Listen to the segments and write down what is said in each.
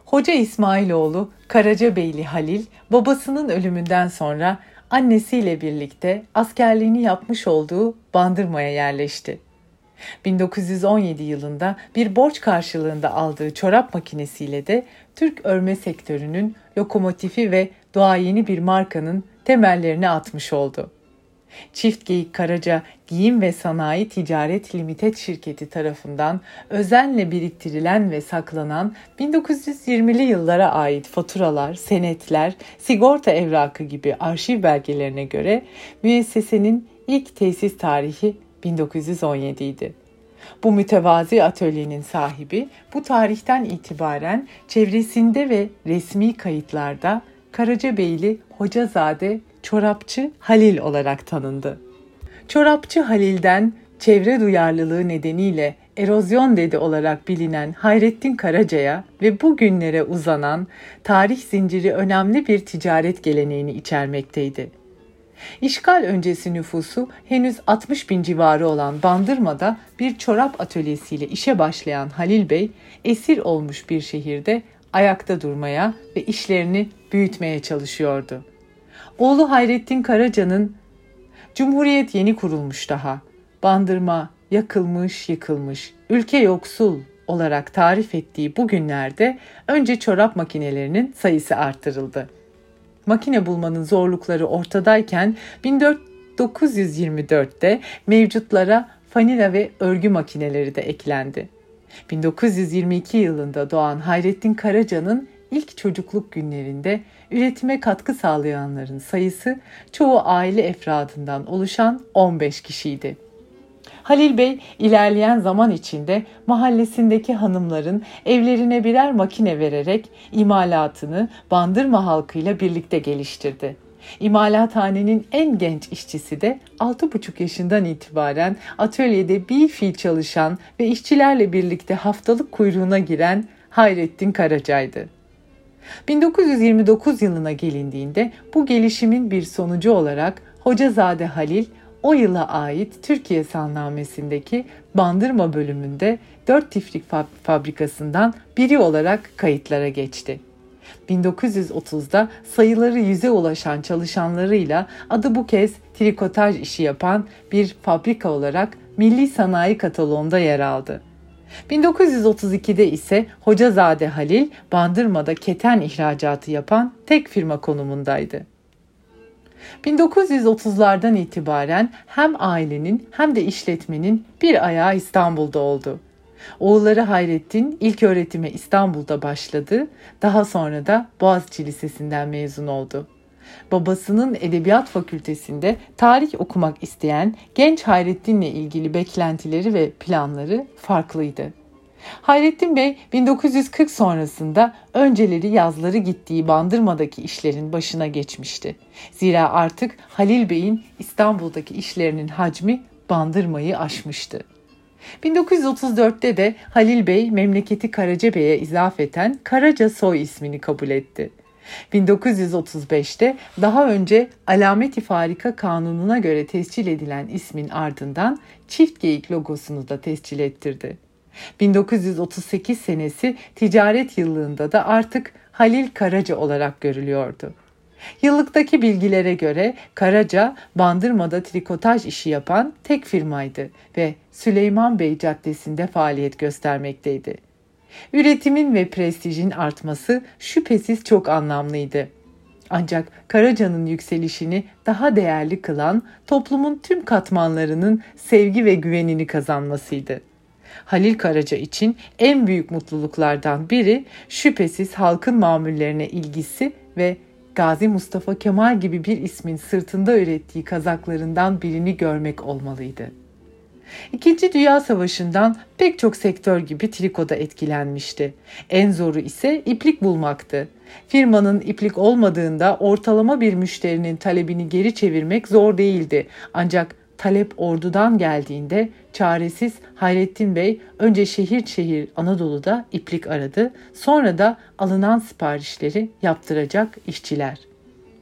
Hoca İsmailoğlu Karacabeyli Halil, babasının ölümünden sonra annesiyle birlikte askerliğini yapmış olduğu Bandırma'ya yerleşti. 1917 yılında bir borç karşılığında aldığı çorap makinesiyle de Türk örme sektörünün lokomotifi ve duayeni bir markanın temellerini atmış oldu. Çiftgeyik Karaca Giyim ve Sanayi Ticaret Limited şirketi tarafından özenle biriktirilen ve saklanan 1920'li yıllara ait faturalar, senetler, sigorta evrakı gibi arşiv belgelerine göre müessesenin ilk tesis tarihi 1917 idi. Bu mütevazi atölyenin sahibi bu tarihten itibaren çevresinde ve resmi kayıtlarda Karacabeyli Hocazade Çorapçı Halil olarak tanındı. Çorapçı Halil'den çevre duyarlılığı nedeniyle erozyon dede olarak bilinen Hayrettin Karaca'ya ve bugünlere uzanan tarih zinciri önemli bir ticaret geleneğini içermekteydi. İşgal öncesi nüfusu henüz 60 bin civarı olan Bandırma'da bir çorap atölyesiyle işe başlayan Halil Bey, esir olmuş bir şehirde ayakta durmaya ve işlerini büyütmeye çalışıyordu. Oğlu Hayrettin Karaca'nın "Cumhuriyet yeni kurulmuş daha, Bandırma yakılmış yıkılmış, ülke yoksul" olarak tarif ettiği bu günlerde önce çorap makinelerinin sayısı arttırıldı. Makine bulmanın zorlukları ortadayken 1924'te mevcutlara fanila ve örgü makineleri de eklendi. 1922 yılında doğan Hayrettin Karaca'nın ilk çocukluk günlerinde üretime katkı sağlayanların sayısı çoğu aile efradından oluşan 15 kişiydi. Halil Bey ilerleyen zaman içinde mahallesindeki hanımların evlerine birer makine vererek imalatını Bandırma halkıyla birlikte geliştirdi. İmalathanenin en genç işçisi de 6,5 yaşından itibaren atölyede bir fiil çalışan ve işçilerle birlikte haftalık kuyruğuna giren Hayrettin Karaca'ydı. 1929 yılına gelindiğinde bu gelişimin bir sonucu olarak Hocazade Halil, o yıla ait Türkiye Sannamesi'ndeki Bandırma bölümünde 4 tifrik fabrikasından biri olarak kayıtlara geçti. 1930'da sayıları 100'e ulaşan çalışanlarıyla adı bu kez trikotaj işi yapan bir fabrika olarak Milli Sanayi Kataloğu'nda yer aldı. 1932'de ise Hocazade Halil, Bandırma'da keten ihracatı yapan tek firma konumundaydı. 1930'lardan itibaren hem ailenin hem de işletmenin bir ayağı İstanbul'da oldu. Oğulları Hayrettin ilköğretime İstanbul'da başladı, daha sonra da Boğaziçi Lisesi'nden mezun oldu. Babasının Edebiyat Fakültesi'nde tarih okumak isteyen genç Hayrettin'le ilgili beklentileri ve planları farklıydı. Hayrettin Bey 1940 sonrasında önceleri yazları gittiği Bandırma'daki işlerin başına geçmişti. Zira artık Halil Bey'in İstanbul'daki işlerinin hacmi Bandırma'yı aşmıştı. 1934'te de Halil Bey memleketi Karacabey'e izafeten Karaca soy ismini kabul etti. 1935'te daha önce Alamet-i Farika Kanunu'na göre tescil edilen ismin ardından çift geyik logosunu da tescil ettirdi. 1938 senesi ticaret yıllığında da artık Halil Karaca olarak görülüyordu. Yıllıktaki bilgilere göre Karaca, Bandırma'da trikotaj işi yapan tek firmaydı ve Süleyman Bey Caddesi'nde faaliyet göstermekteydi. Üretimin ve prestijin artması şüphesiz çok anlamlıydı. Ancak Karaca'nın yükselişini daha değerli kılan toplumun tüm katmanlarının sevgi ve güvenini kazanmasıydı. Halil Karaca için en büyük mutluluklardan biri şüphesiz halkın mamullerine ilgisi ve Gazi Mustafa Kemal gibi bir ismin sırtında ürettiği kazaklarından birini görmek olmalıydı. İkinci Dünya Savaşı'ndan pek çok sektör gibi trikoda etkilenmişti. En zoru ise iplik bulmaktı. Firmanın iplik olmadığında ortalama bir müşterinin talebini geri çevirmek zor değildi. Ancak talep ordudan geldiğinde çaresiz Hayrettin Bey önce şehir şehir Anadolu'da iplik aradı, sonra da alınan siparişleri yaptıracak işçiler.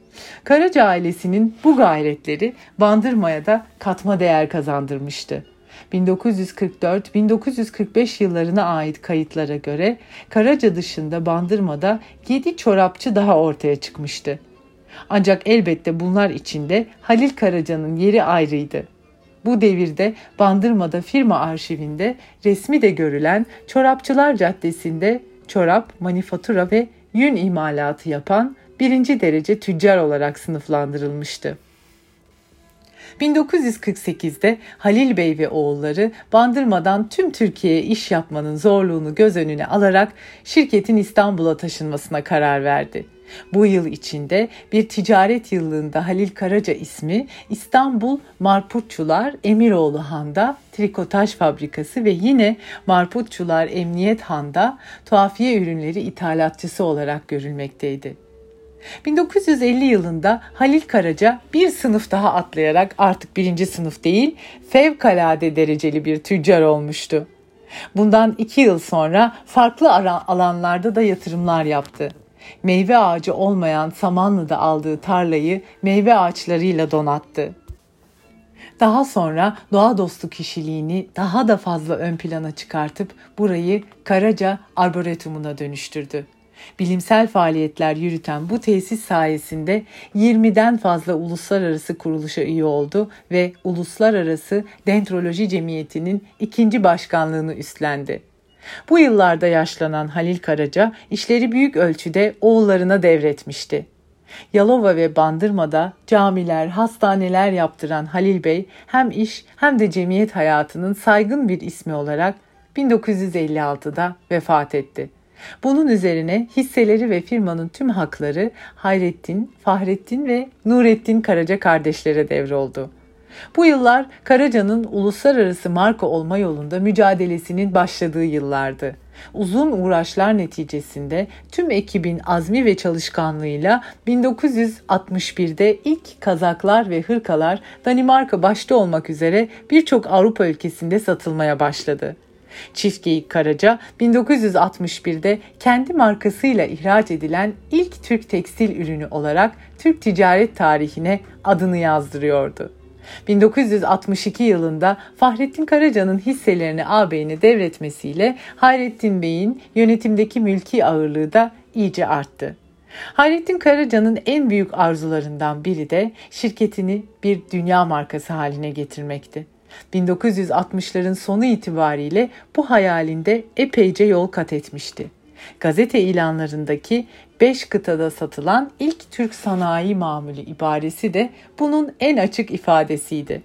Karaca ailesinin bu gayretleri Bandırma'ya da katma değer kazandırmıştı. 1944-1945 yıllarına ait kayıtlara göre Karaca dışında Bandırma'da 7 çorapçı daha ortaya çıkmıştı. Ancak elbette bunlar içinde Halil Karaca'nın yeri ayrıydı. Bu devirde Bandırma'da firma arşivinde resmi de görülen Çorapçılar Caddesi'nde çorap, manifatura ve yün imalatı yapan birinci derece tüccar olarak sınıflandırılmıştı. 1948'de Halil Bey ve oğulları Bandırma'dan tüm Türkiye'ye iş yapmanın zorluğunu göz önüne alarak şirketin İstanbul'a taşınmasına karar verdi. Bu yıl içinde bir ticaret yıllığında Halil Karaca ismi İstanbul Marputçular Emiroğlu Han'da trikotaj fabrikası ve yine Marputçular Emniyet Han'da tuhafiye ürünleri ithalatçısı olarak görülmekteydi. 1950 yılında Halil Karaca bir sınıf daha atlayarak artık birinci sınıf değil, fevkalade dereceli bir tüccar olmuştu. Bundan 2 yıl sonra farklı alanlarda da yatırımlar yaptı. Meyve ağacı olmayan Samanlı'da aldığı tarlayı meyve ağaçlarıyla donattı. Daha sonra doğa dostu kişiliğini daha da fazla ön plana çıkartıp burayı Karaca Arboretumuna dönüştürdü. Bilimsel faaliyetler yürüten bu tesis sayesinde 20'den fazla uluslararası kuruluşa üye oldu ve Uluslararası Dendroloji Cemiyeti'nin 2. başkanlığını üstlendi. Bu yıllarda yaşlanan Halil Karaca işleri büyük ölçüde oğullarına devretmişti. Yalova ve Bandırma'da camiler, hastaneler yaptıran Halil Bey hem iş hem de cemiyet hayatının saygın bir ismi olarak 1956'da vefat etti. Bunun üzerine hisseleri ve firmanın tüm hakları Hayrettin, Fahrettin ve Nurettin Karaca kardeşlere devroldu. Bu yıllar Karaca'nın uluslararası marka olma yolunda mücadelesinin başladığı yıllardı. Uzun uğraşlar neticesinde tüm ekibin azmi ve çalışkanlığıyla 1961'de ilk kazaklar ve hırkalar Danimarka başta olmak üzere birçok Avrupa ülkesinde satılmaya başladı. Çiftgeyik Karaca 1961'de kendi markasıyla ihraç edilen ilk Türk tekstil ürünü olarak Türk ticaret tarihine adını yazdırıyordu. 1962 yılında Fahrettin Karaca'nın hisselerini ağabeyine devretmesiyle Hayrettin Bey'in yönetimdeki mülki ağırlığı da iyice arttı. Hayrettin Karaca'nın en büyük arzularından biri de şirketini bir dünya markası haline getirmekti. 1960'ların sonu itibariyle bu hayalinde epeyce yol kat etmişti. Gazete ilanlarındaki 5 kıtada satılan ilk Türk sanayi mamulü ibaresi de bunun en açık ifadesiydi.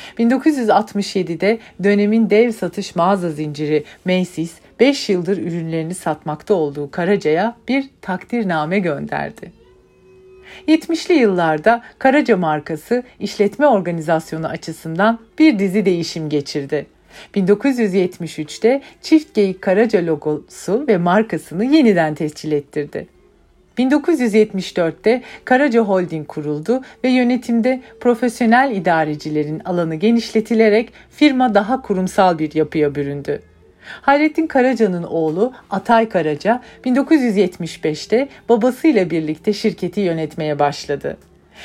1967'de dönemin dev satış mağaza zinciri Macy's 5 yıldır ürünlerini satmakta olduğu Karaca'ya bir takdirname gönderdi. 70'li yıllarda Karaca markası işletme organizasyonu açısından bir dizi değişim geçirdi. 1973'te Çiftgeyik Karaca logosu ve markasını yeniden tescil ettirdi. 1974'te Karaca Holding kuruldu ve yönetimde profesyonel idarecilerin alanı genişletilerek firma daha kurumsal bir yapıya büründü. Hayrettin Karaca'nın oğlu Atay Karaca 1975'te babasıyla birlikte şirketi yönetmeye başladı.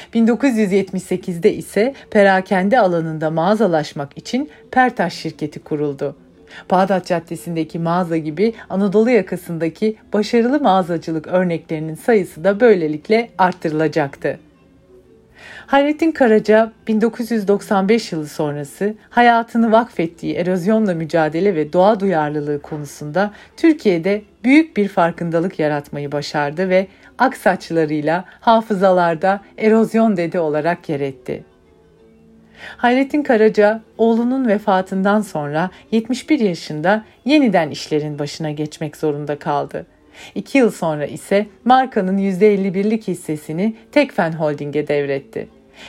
1978'de ise perakende alanında mağazalaşmak için Pertaş şirketi kuruldu. Bağdat Caddesi'ndeki mağaza gibi Anadolu yakasındaki başarılı mağazacılık örneklerinin sayısı da böylelikle arttırılacaktı. Hayrettin Karaca 1995 yılı sonrası hayatını vakfettiği erozyonla mücadele ve doğa duyarlılığı konusunda Türkiye'de büyük bir farkındalık yaratmayı başardı ve aksaçlarıyla hafızalarda erozyon dede olarak yer etti. Hayrettin Karaca oğlunun vefatından sonra 71 yaşında yeniden işlerin başına geçmek zorunda kaldı. 2 yıl sonra ise markanın %51'lik hissesini Tekfen Holding'e devretti.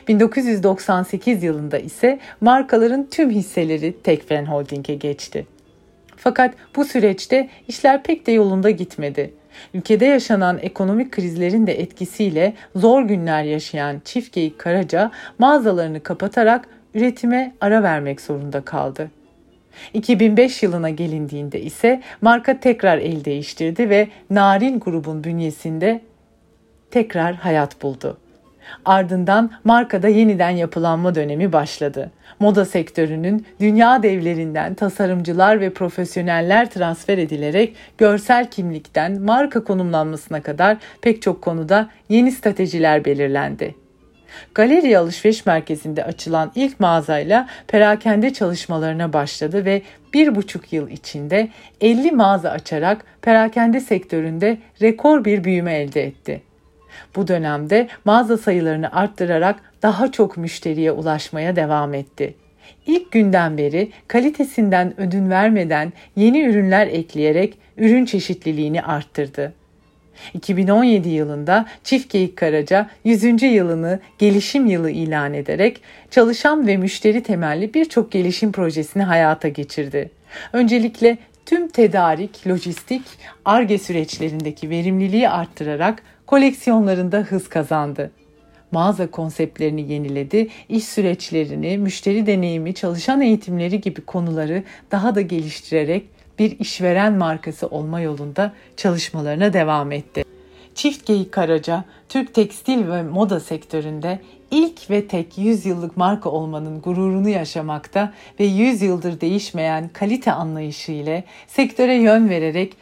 1998 yılında ise markaların tüm hisseleri Tekfen Holding'e geçti. Fakat bu süreçte işler pek de yolunda gitmedi. Ülkede yaşanan ekonomik krizlerin de etkisiyle zor günler yaşayan Çiftgeyik Karaca mağazalarını kapatarak üretime ara vermek zorunda kaldı. 2005 yılına gelindiğinde ise marka tekrar el değiştirdi ve Narin grubun bünyesinde tekrar hayat buldu. Ardından markada yeniden yapılanma dönemi başladı. Moda sektörünün dünya devlerinden tasarımcılar ve profesyoneller transfer edilerek görsel kimlikten marka konumlanmasına kadar pek çok konuda yeni stratejiler belirlendi. Galeri Alışveriş Merkezi'nde açılan ilk mağazayla perakende çalışmalarına başladı ve 1,5 yıl içinde 50 mağaza açarak perakende sektöründe rekor bir büyüme elde etti. Bu dönemde mağaza sayılarını arttırarak daha çok müşteriye ulaşmaya devam etti. İlk günden beri kalitesinden ödün vermeden yeni ürünler ekleyerek ürün çeşitliliğini arttırdı. 2017 yılında Çiftgeyik Karaca 100. yılını gelişim yılı ilan ederek çalışan ve müşteri temelli birçok gelişim projesini hayata geçirdi. Öncelikle tüm tedarik, lojistik, Ar-Ge süreçlerindeki verimliliği arttırarak koleksiyonlarında hız kazandı. Mağaza konseptlerini yeniledi, iş süreçlerini, müşteri deneyimi, çalışan eğitimleri gibi konuları daha da geliştirerek bir işveren markası olma yolunda çalışmalarına devam etti. Çiftgeyik Karaca, Türk tekstil ve moda sektöründe ilk ve tek 100 yıllık marka olmanın gururunu yaşamakta ve 100 yıldır değişmeyen kalite anlayışı ile sektöre yön vererek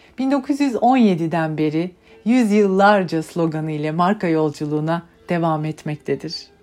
1917'den beri yüzyıllarca sloganı ile marka yolculuğuna devam etmektedir.